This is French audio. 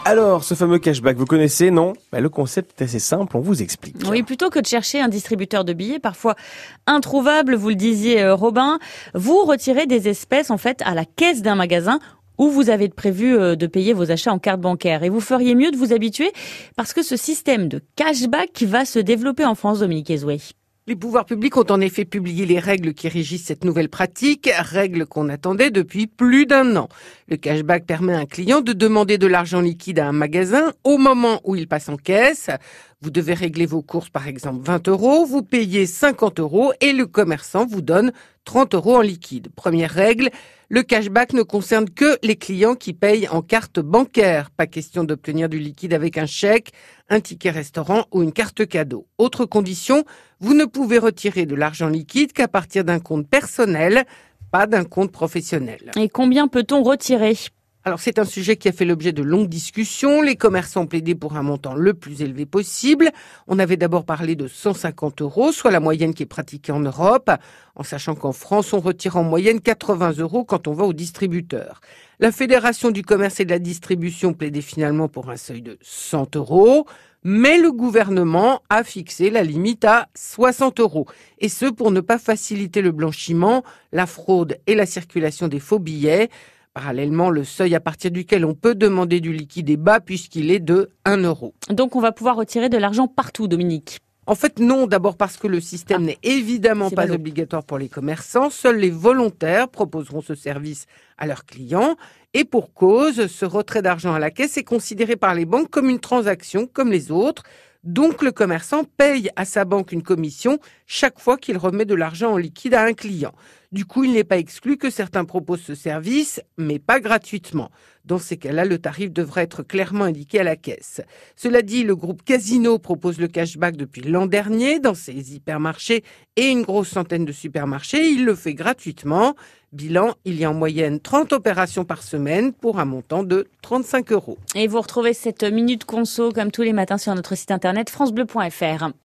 Alors, ce fameux cashback, vous connaissez, non? Le concept est assez simple, on vous explique. Oui, plutôt que de chercher un distributeur de billets, parfois introuvable, vous le disiez Robin, vous retirez des espèces en fait à la caisse d'un magasin où vous avez prévu de payer vos achats en carte bancaire. Et vous feriez mieux de vous habituer parce que ce système de cashback va se développer en France, Dominique Ezoué. Les pouvoirs publics ont en effet publié les règles qui régissent cette nouvelle pratique, règles qu'on attendait depuis plus d'1 an. Le cashback permet à un client de demander de l'argent liquide à un magasin au moment où il passe en caisse. Vous devez régler vos courses, par exemple 20 €, vous payez 50 € et le commerçant vous donne 30 € en liquide. Première règle, le cashback ne concerne que les clients qui payent en carte bancaire. Pas question d'obtenir du liquide avec un chèque, un ticket restaurant ou une carte cadeau. Autre condition, vous ne pouvez retirer de l'argent liquide qu'à partir d'un compte personnel, pas d'un compte professionnel. Et combien peut-on retirer ? Alors c'est un sujet qui a fait l'objet de longues discussions. Les commerçants plaidaient pour un montant le plus élevé possible. On avait d'abord parlé de 150 €, soit la moyenne qui est pratiquée en Europe, en sachant qu'en France, on retire en moyenne 80 € quand on va au distributeur. La Fédération du commerce et de la distribution plaidait finalement pour un seuil de 100 €, mais le gouvernement a fixé la limite à 60 €. Et ce, pour ne pas faciliter le blanchiment, la fraude et la circulation des faux billets. Parallèlement, le seuil à partir duquel on peut demander du liquide est bas puisqu'il est de 1 €. Donc on va pouvoir retirer de l'argent partout, Dominique. En fait, non. D'abord parce que le système n'est évidemment pas obligatoire pour les commerçants. Seuls les volontaires proposeront ce service à leurs clients. Et pour cause, ce retrait d'argent à la caisse est considéré par les banques comme une transaction comme les autres. Donc le commerçant paye à sa banque une commission chaque fois qu'il remet de l'argent en liquide à un client. Du coup, il n'est pas exclu que certains proposent ce service, mais pas gratuitement. Dans ces cas-là, le tarif devrait être clairement indiqué à la caisse. Cela dit, le groupe Casino propose le cashback depuis l'an dernier dans ses hypermarchés et une grosse centaine de supermarchés. Il le fait gratuitement. Bilan, il y a en moyenne 30 opérations par semaine pour un montant de 35 €. Et vous retrouvez cette minute conso comme tous les matins sur notre site internet francebleu.fr.